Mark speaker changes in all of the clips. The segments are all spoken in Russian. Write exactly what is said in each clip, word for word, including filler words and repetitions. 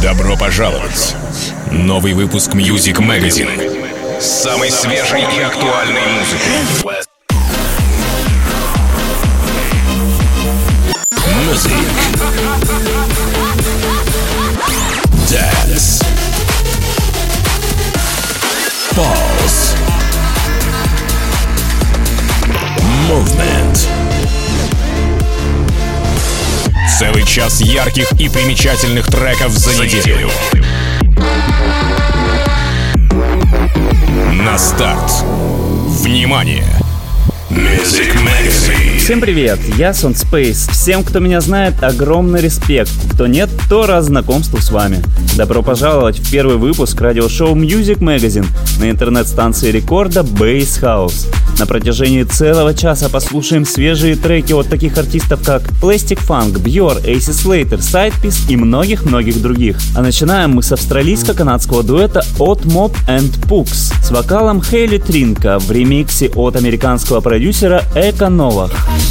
Speaker 1: Добро пожаловать! Новый выпуск Music Magazine с самой свежей и актуальной музыкой. Music, Dance, Pulse, Movement. Целый час ярких и примечательных треков за неделю. На старт. Внимание! Music Magazine.
Speaker 2: Всем привет, я Sound Space. Всем, кто меня знает, огромный респект. Кто нет, то рад знакомству с вами. Добро пожаловать в первый выпуск радиошоу Music Magazine на интернет-станции рекорда Bass House. На протяжении целого часа послушаем свежие треки от таких артистов, как Plastic Funk, Björk, Acid Slater, Sidepiece и многих-многих других. А начинаем мы с австралийско-канадского дуэта Odd Mob and Pugs с вокалом Хейли Тринка в ремиксе от американского продюсера Эко Новах.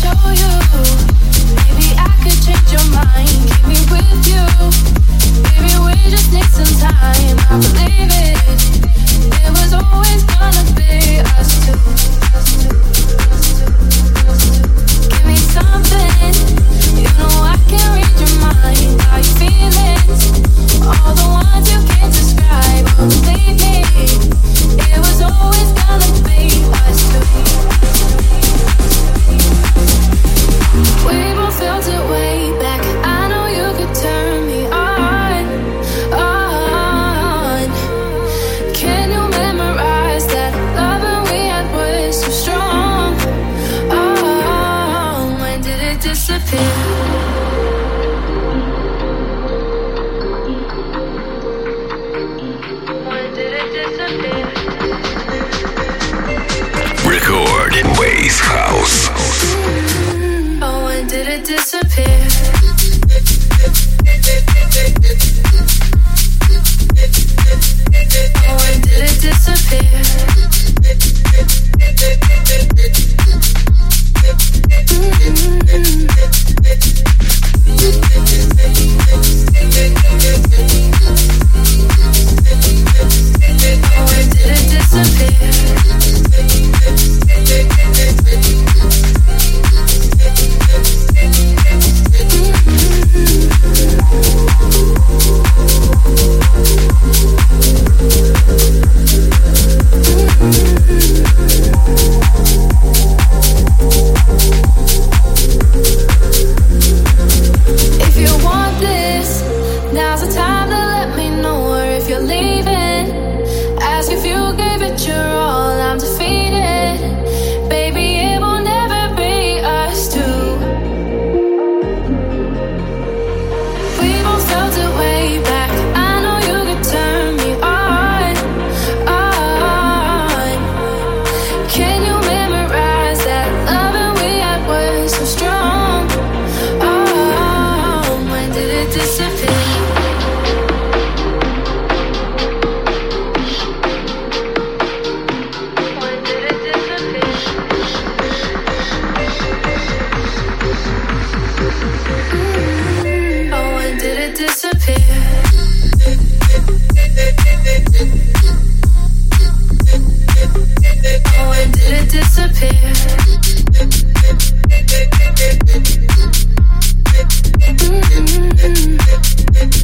Speaker 1: Record Bass House.
Speaker 3: Oh, when did it disappear? Oh, when did it disappear? Mm-hmm. Oh, when did it disappear? If you want this, now's the time to let me know. Or if you're leaving, ask if you gave it your all. I'm defeated, baby, it will never be us two. We both felt it way back. I know you could turn me on, on. Can you memorize that loving we had was so strong? Oh, when did it disappear? When did it disappear? Mm, oh, when did it disappear? Oh, when did it disappear? Mm-hmm.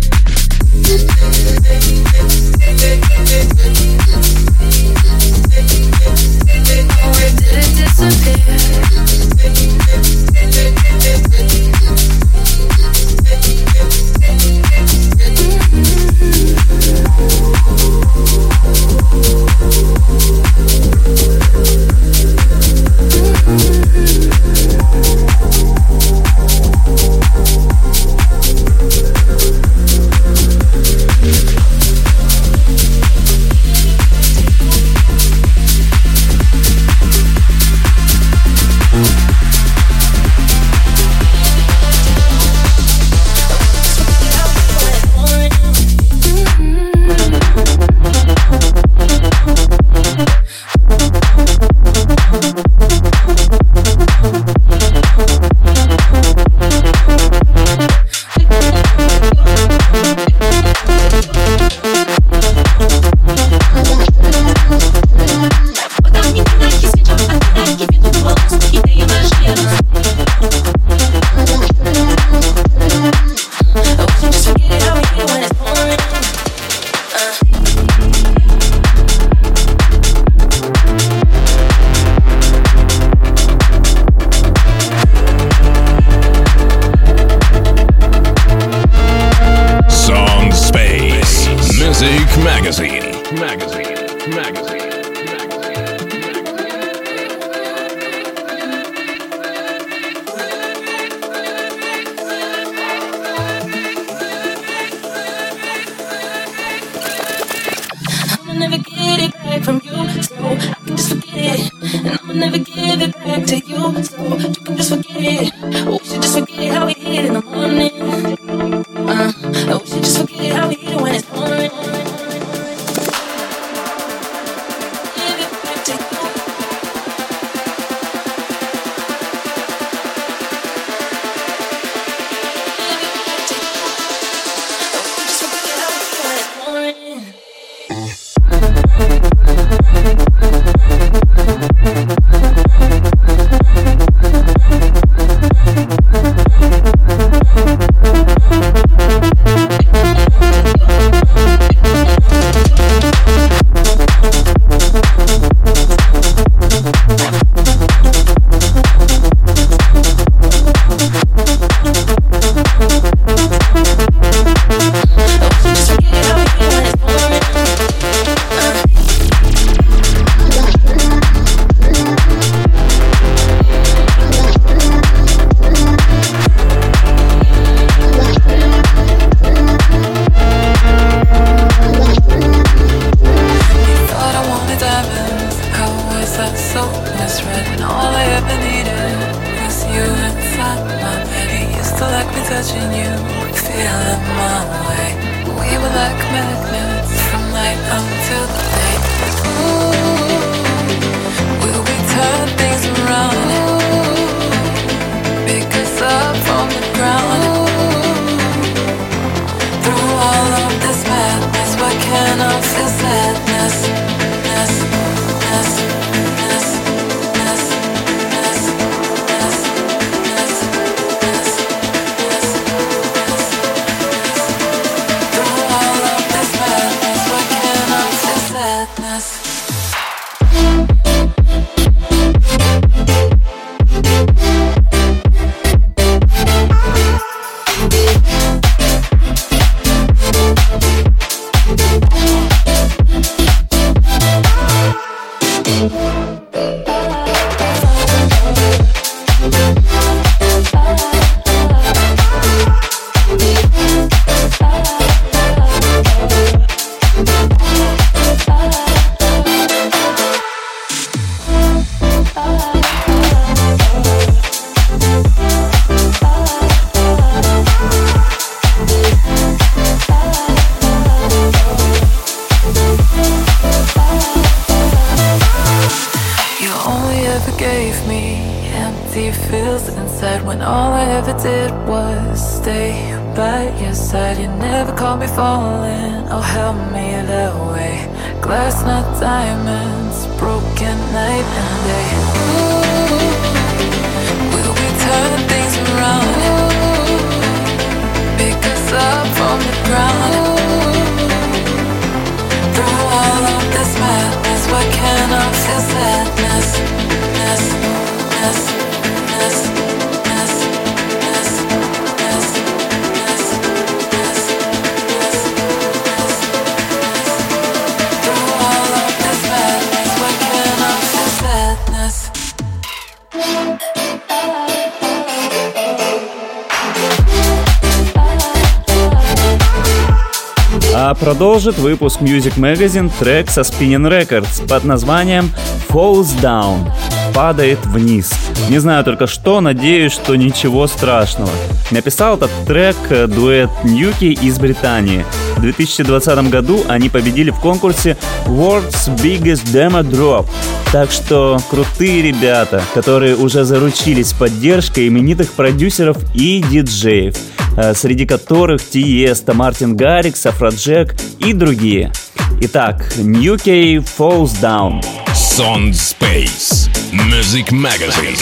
Speaker 2: А продолжит выпуск Music Magazine трек со Spinnin' Records под названием Falls Down. Падает вниз. Не знаю только что, надеюсь, что ничего страшного. Написал этот трек дуэт Ньюки из Британии. В две тысячи двадцатом году они победили в конкурсе World's Biggest Demo Drop. Так что крутые ребята, которые уже заручились поддержкой именитых продюсеров и диджеев, среди которых Тиеста, Мартин Гаррикс, Афроджек и другие. Итак, Ньюки Falls Down.
Speaker 1: Sound Space Music Magazine.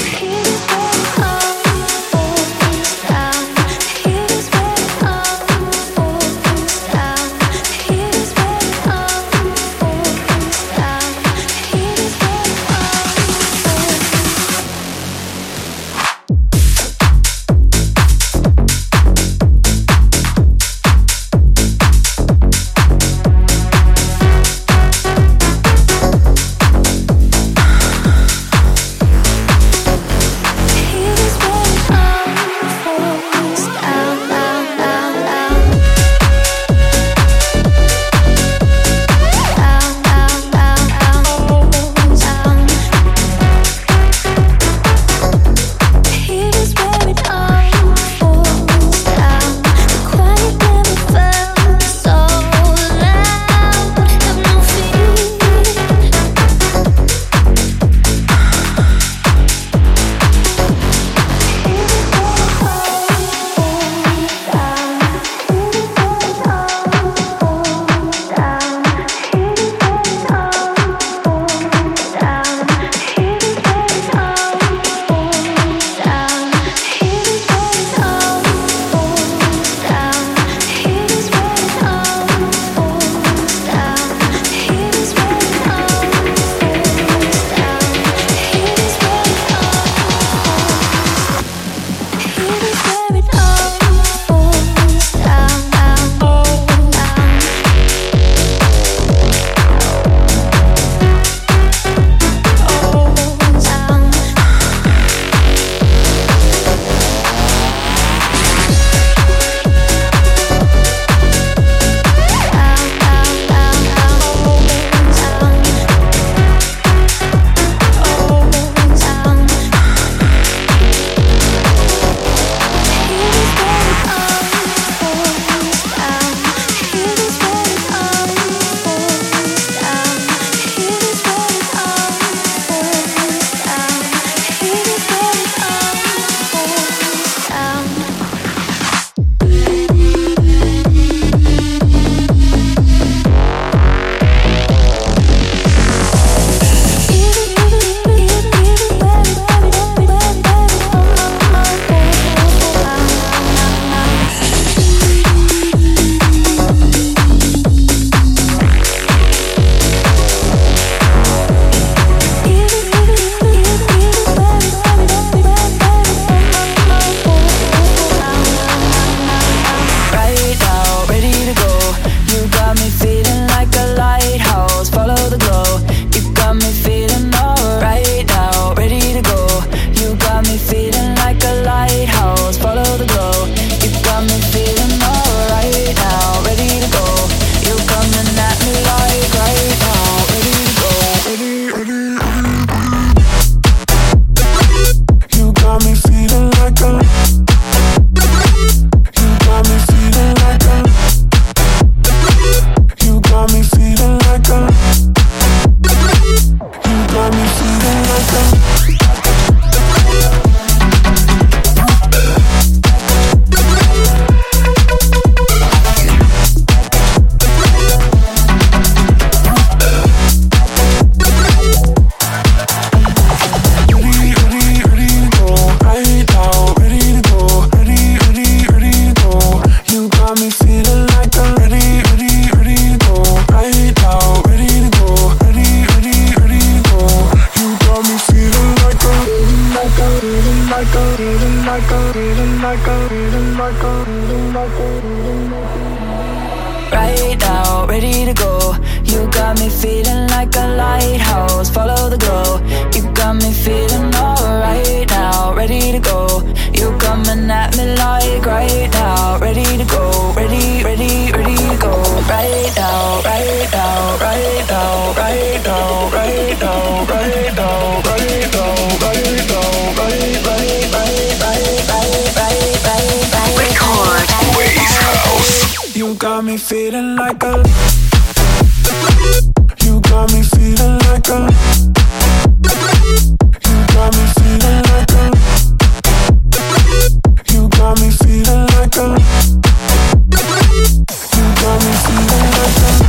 Speaker 4: got me feeling like a lighthouse. Follow the glow. You got me feeling alright now, ready to go. You coming at me like right now, ready to go, ready, ready, ready to go. Right now, right now, right now, right now, right now, right now, right now, right now, right, right, right, right, right, right, right, right. Record.
Speaker 1: Bass House.
Speaker 5: You got me feeling like a. You got me feeling like a. You got me feeling like a. You got me feeling like a. You got me feeling like a.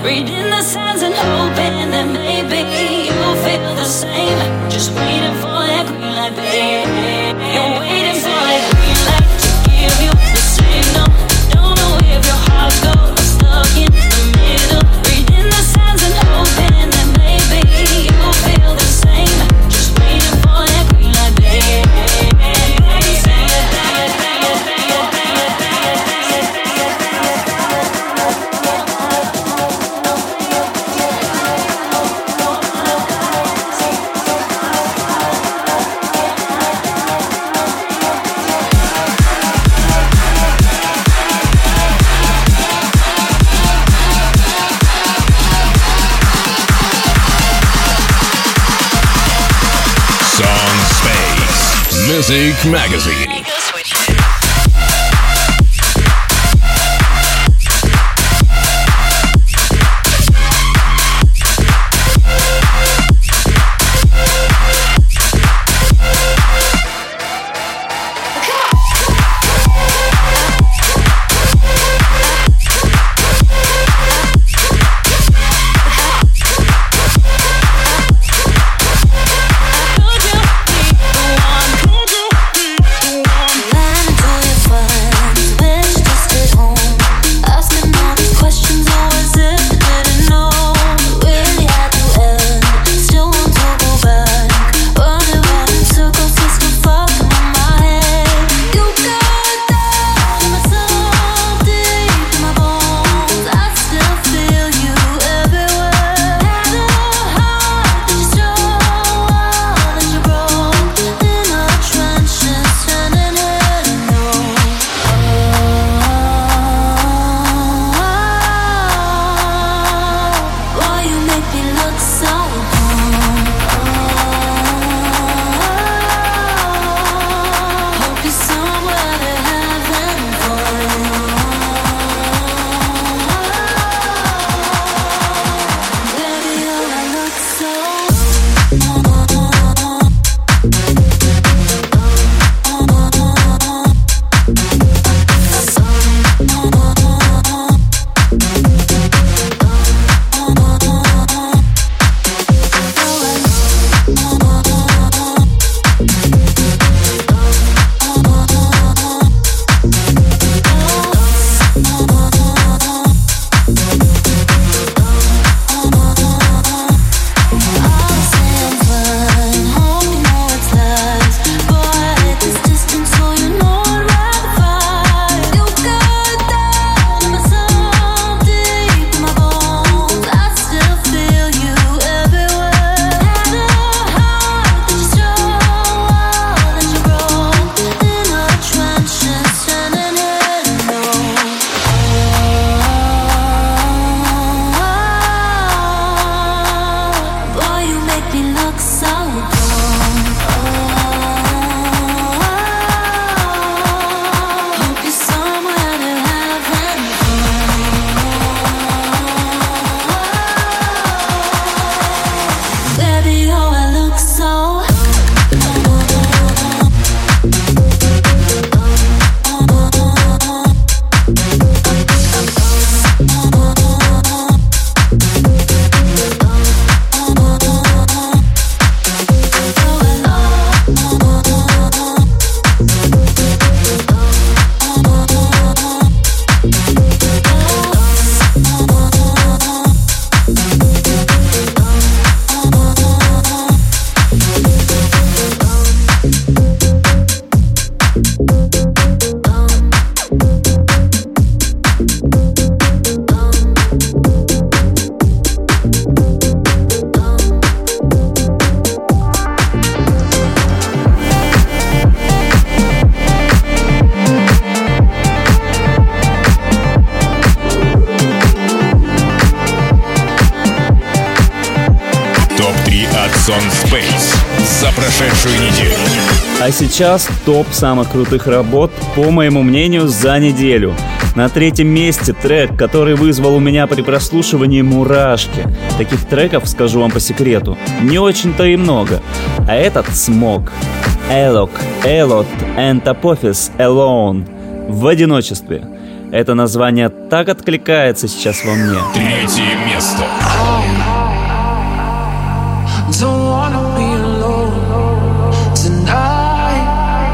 Speaker 4: reading the signs and hoping that maybe you'll feel the same. Just waiting for that green light, babe. You're waiting for that green light to give you the signal. Don't know if your heart goes stuck in the middle. Reading the signs and hoping that maybe you'll feel the same. Just waiting for that green light, babe.
Speaker 1: Music Magazine. Space за прошедшую неделю.
Speaker 2: А сейчас топ самых крутых работ, по моему мнению, за неделю. На третьем месте трек, который вызвал у меня при прослушивании мурашки. Таких треков, скажу вам по секрету, не очень-то и много. А этот Smog, Alok, Elot and Apophis Alone, в одиночестве. Это название так откликается сейчас во мне.
Speaker 1: Третье место.
Speaker 5: Don't wanna be alone tonight.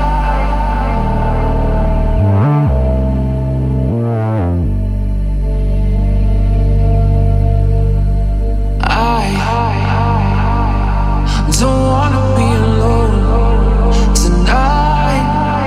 Speaker 5: I don't wanna be alone tonight.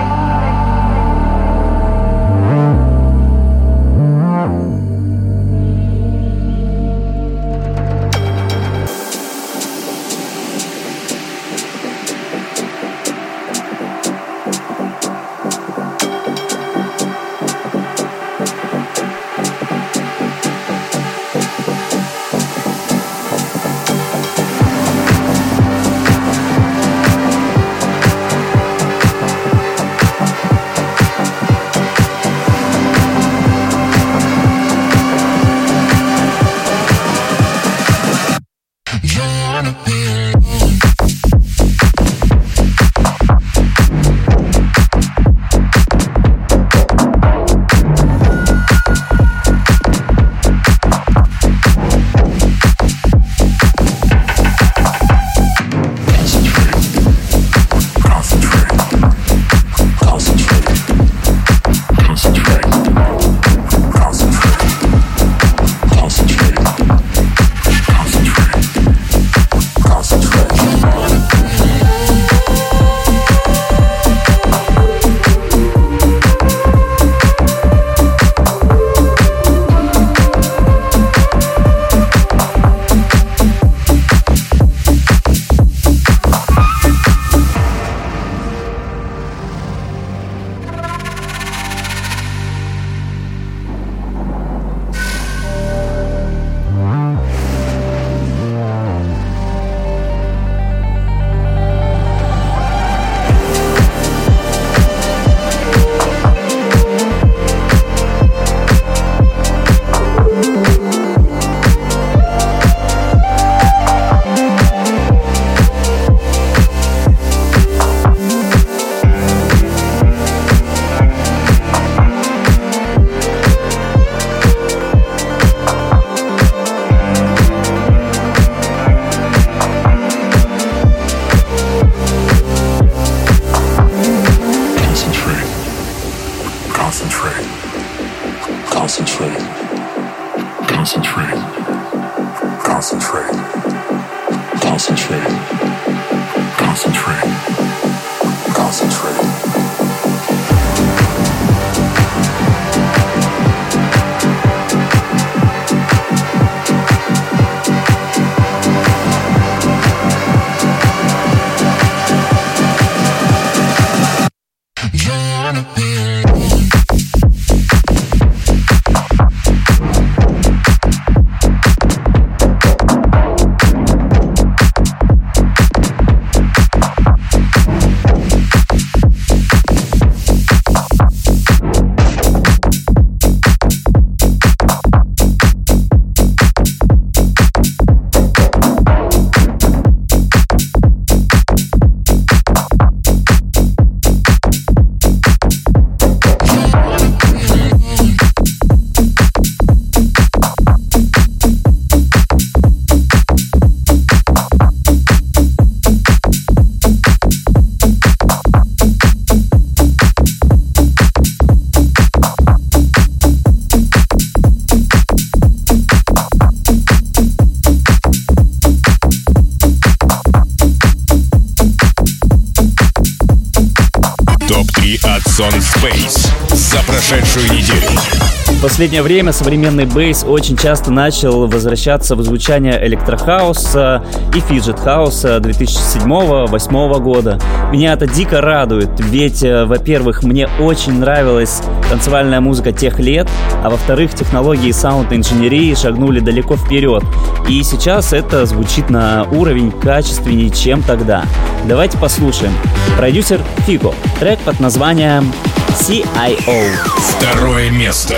Speaker 1: Сон Space за прошедшую неделю.
Speaker 2: В последнее время современный бейс очень часто начал возвращаться в звучание электрохауса и фиджет-хауса две тысячи седьмого — две тысячи восьмого года. Меня это дико радует, ведь, во-первых, мне очень нравилась танцевальная музыка тех лет, а во-вторых, технологии саунд-инженерии шагнули далеко вперед. И сейчас это звучит на уровень качественнее, чем тогда. Давайте послушаем. Продюсер Фиго. Трек под названием си ай о.
Speaker 1: Второе место.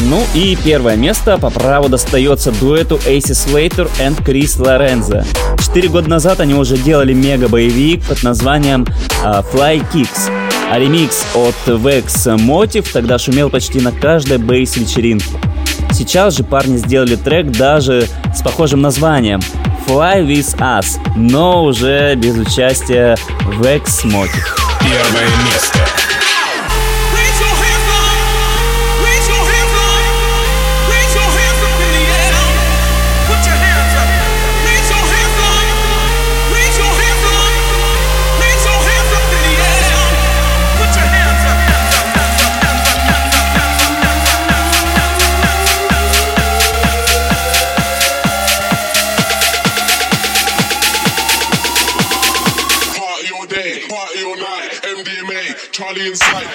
Speaker 2: Ну и первое место по праву достается дуэту Эйси Слейтер и Крис Лорензо. Четыре года назад они уже делали мега-боевик под названием uh, Fly Kicks, а ремикс от Vex Motive тогда шумел почти на каждой бейс-вечеринке. Сейчас же парни сделали трек даже с похожим названием Fly With Us, но уже без участия Vex Motive.
Speaker 1: Первое место.
Speaker 6: Charlie inside.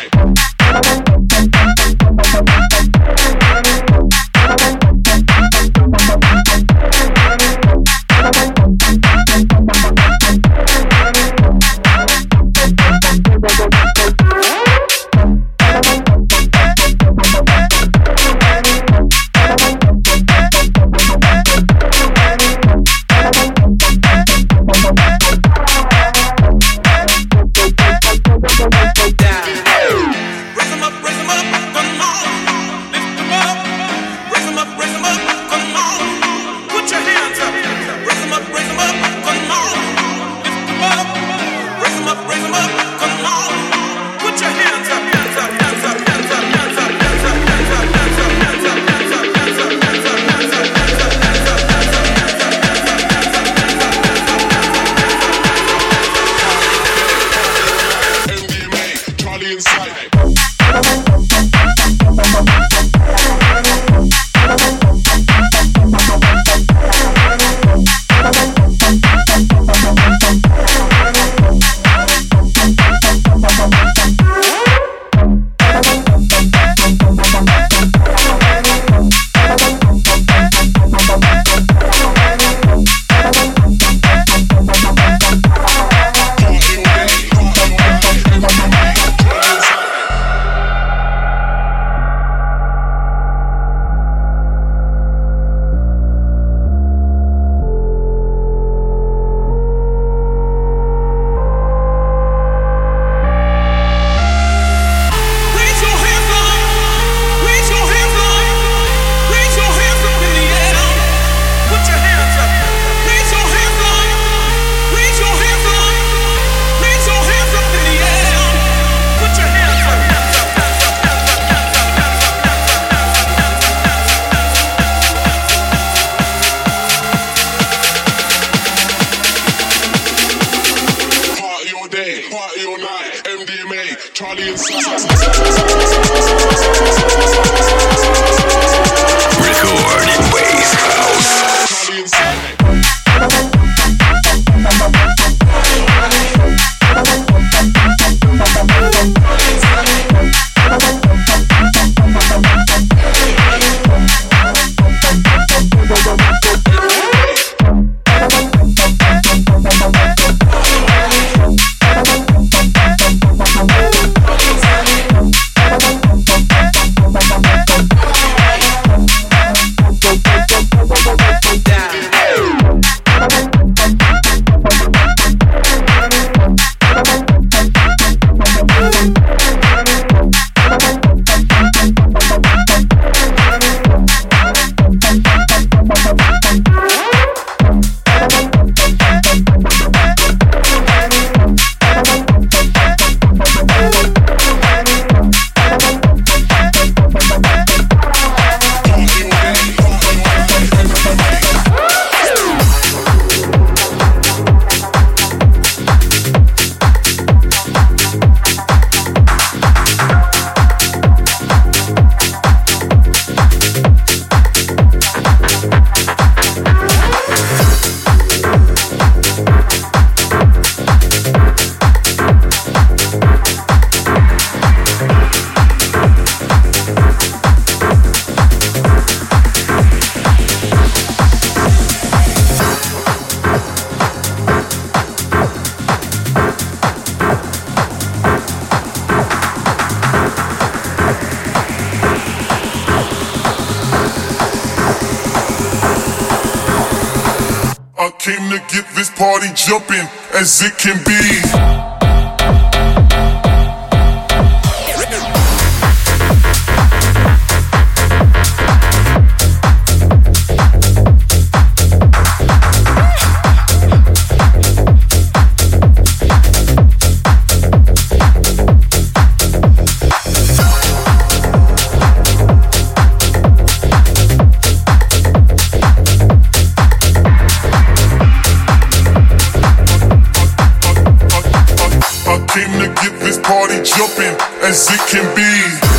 Speaker 6: came to get this party jumping as it can be. Jumping as it can be.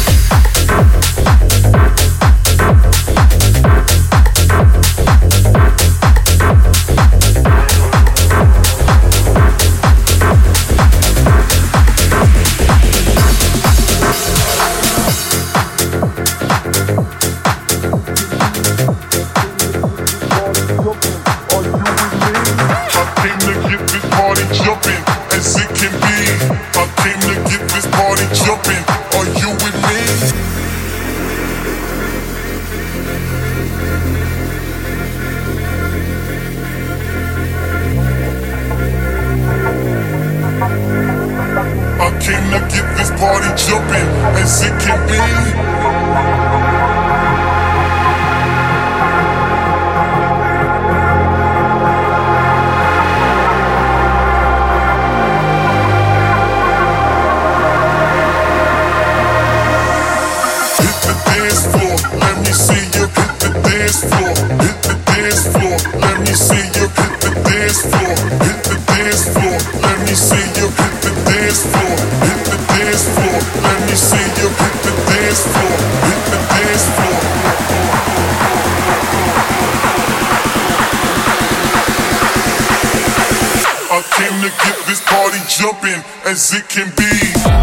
Speaker 6: Jumping as it can be.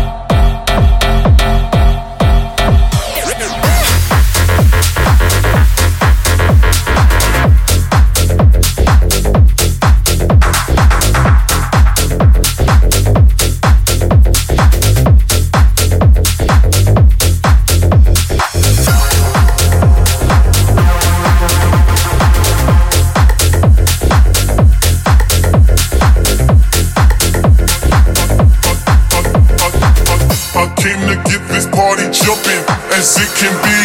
Speaker 6: Jumping as it can be.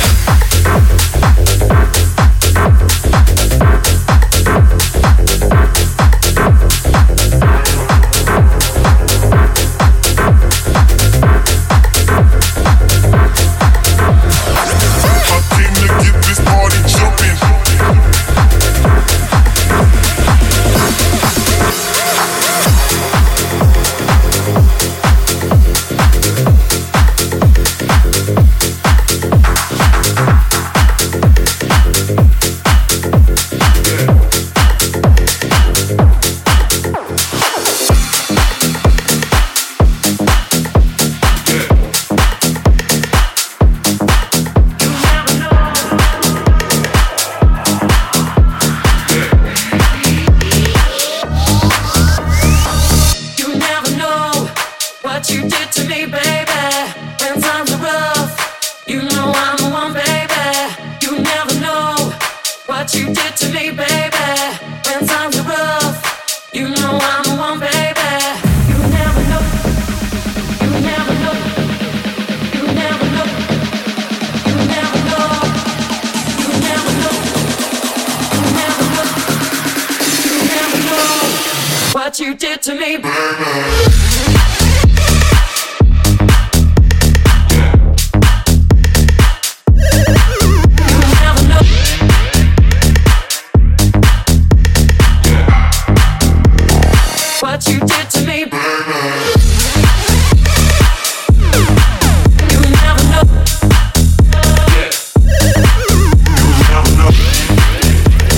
Speaker 4: What you did to me, baby.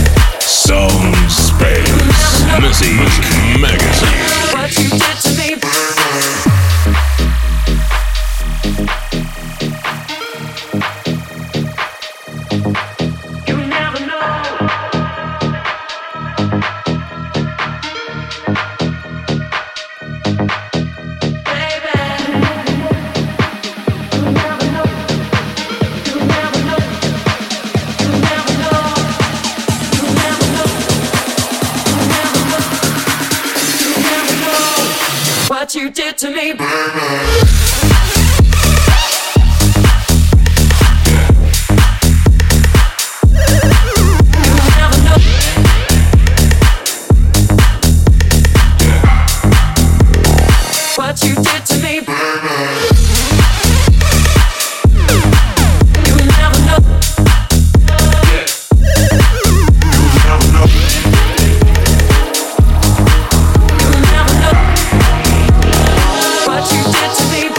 Speaker 1: Music Magazine.
Speaker 4: What you did to me. what you did to me. What you did to me. You never know. You never know what you did to me.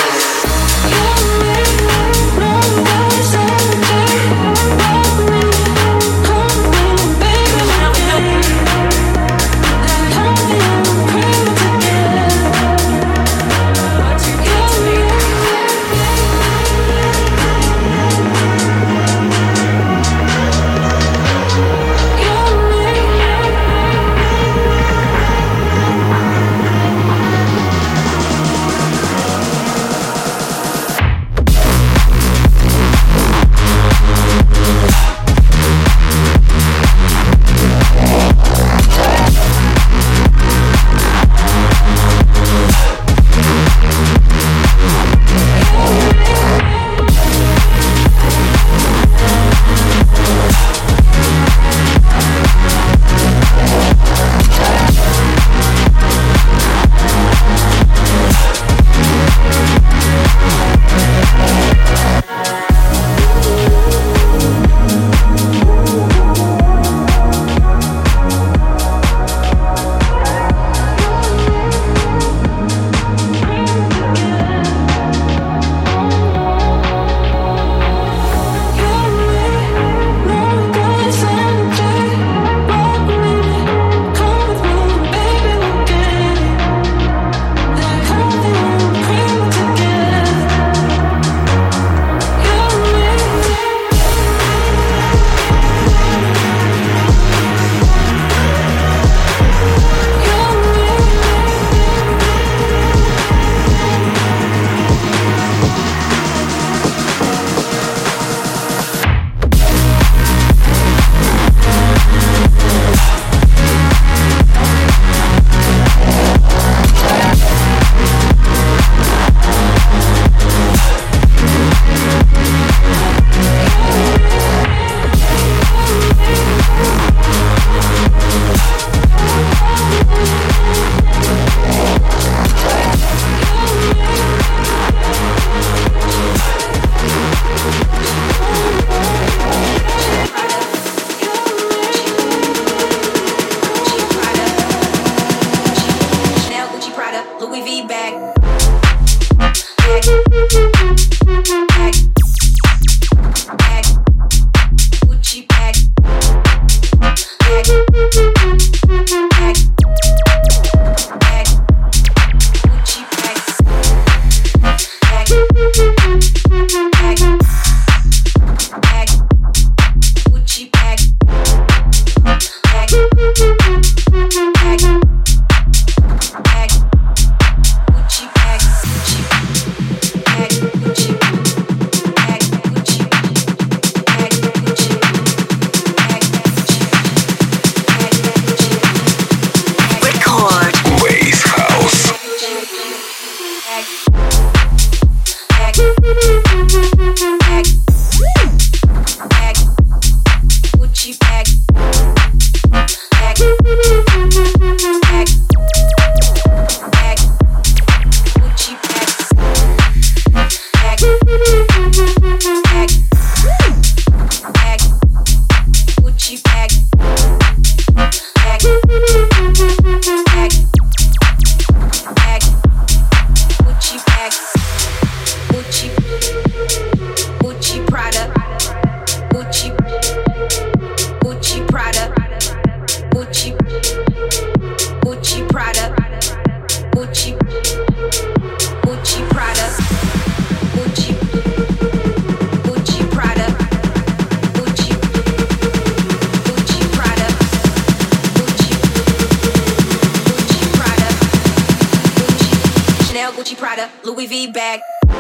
Speaker 7: Louis V bag.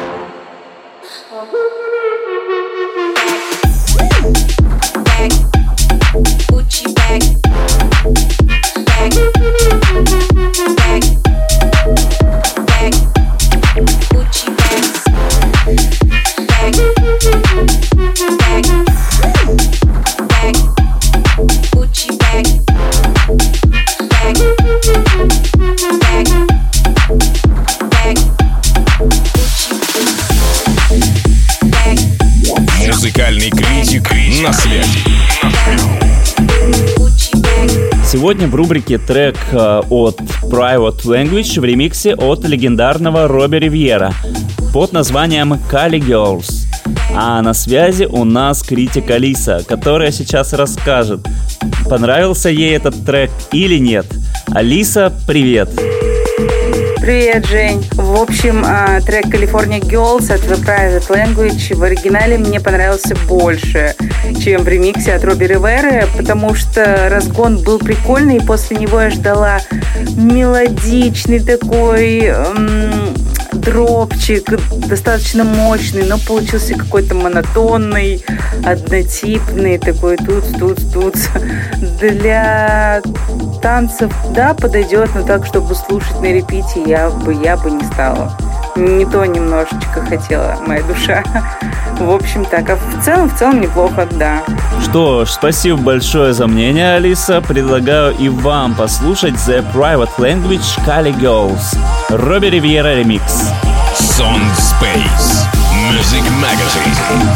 Speaker 7: Bag, Gucci bag, bag, bag,
Speaker 1: Музыкальный критик на связи.
Speaker 2: Сегодня в рубрике трек от Private Language в ремиксе от легендарного Робби Ривьера под названием Cali Girls. А на связи у нас критик Алиса, которая сейчас расскажет, понравился ей этот трек или нет. Алиса, привет!
Speaker 8: Привет, Жень. В общем, трек California Girls от The Private Language в оригинале мне понравился больше, чем в ремиксе от Робби Риверы, потому что разгон был прикольный, и после него я ждала мелодичный такой эм, дропчик, достаточно мощный, но получился какой-то монотонный, однотипный, такой тут-тут-тут. Для танцев, да, подойдет, но так, чтобы слушать на репите, я бы, я бы не стала. Не то немножечко хотела моя душа. В общем, так. А в целом, в целом неплохо, да.
Speaker 2: Что ж, спасибо большое за мнение, Алиса. Предлагаю и вам послушать The Private Language Cali Girls. Робби Ривьера ремикс.
Speaker 1: Sound Space Music Magazine.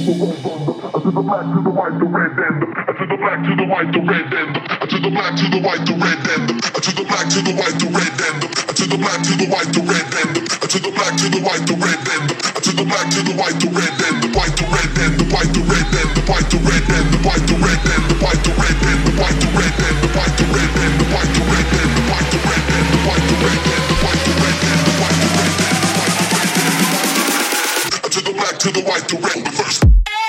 Speaker 6: to the black, to the white, the red, and the, to the black, to the white, the red, and the, to the black, to the white, the red, and the, to the black, to the white, the red, and the, to the black, to the white, the red, and the, to the black, to the white, the red, and the, to the black, to the white, the red, and the white, the red, and the white, the red, and the white, the red, and the white, the red, and the white, the red, and the white, the red, and the white, the red, and the white, the red, and the white, the red, and the white, the red, and the white, the red, and the white, the red, and the white, the red, and the white, the red, to the black, to the white, the red, the first.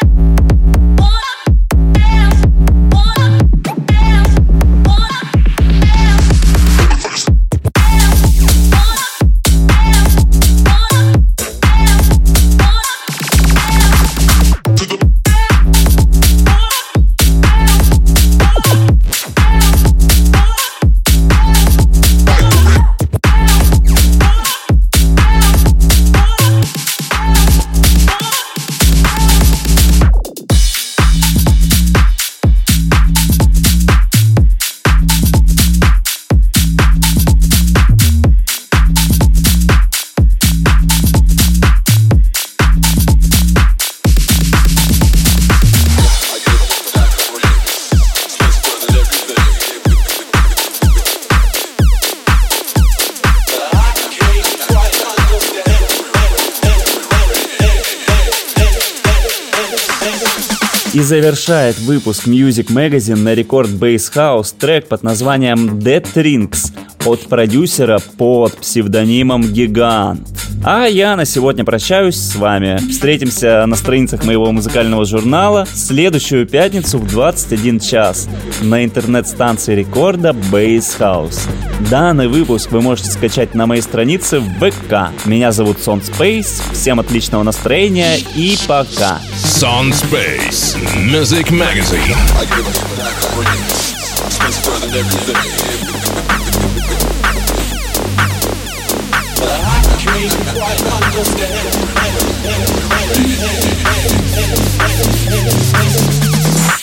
Speaker 2: И завершает выпуск Music Magazine на рекорд Bass House трек под названием Dead Rings от продюсера под псевдонимом Гигант. А я на сегодня прощаюсь с вами. Встретимся на страницах моего музыкального журнала в следующую пятницу в двадцать один час на интернет-станции рекорда Bass House. Данный выпуск вы можете скачать на моей странице в ВК. Меня зовут Sound Space. Всем отличного настроения и пока.
Speaker 1: Sound Space Music Magazine.
Speaker 5: Quite understand.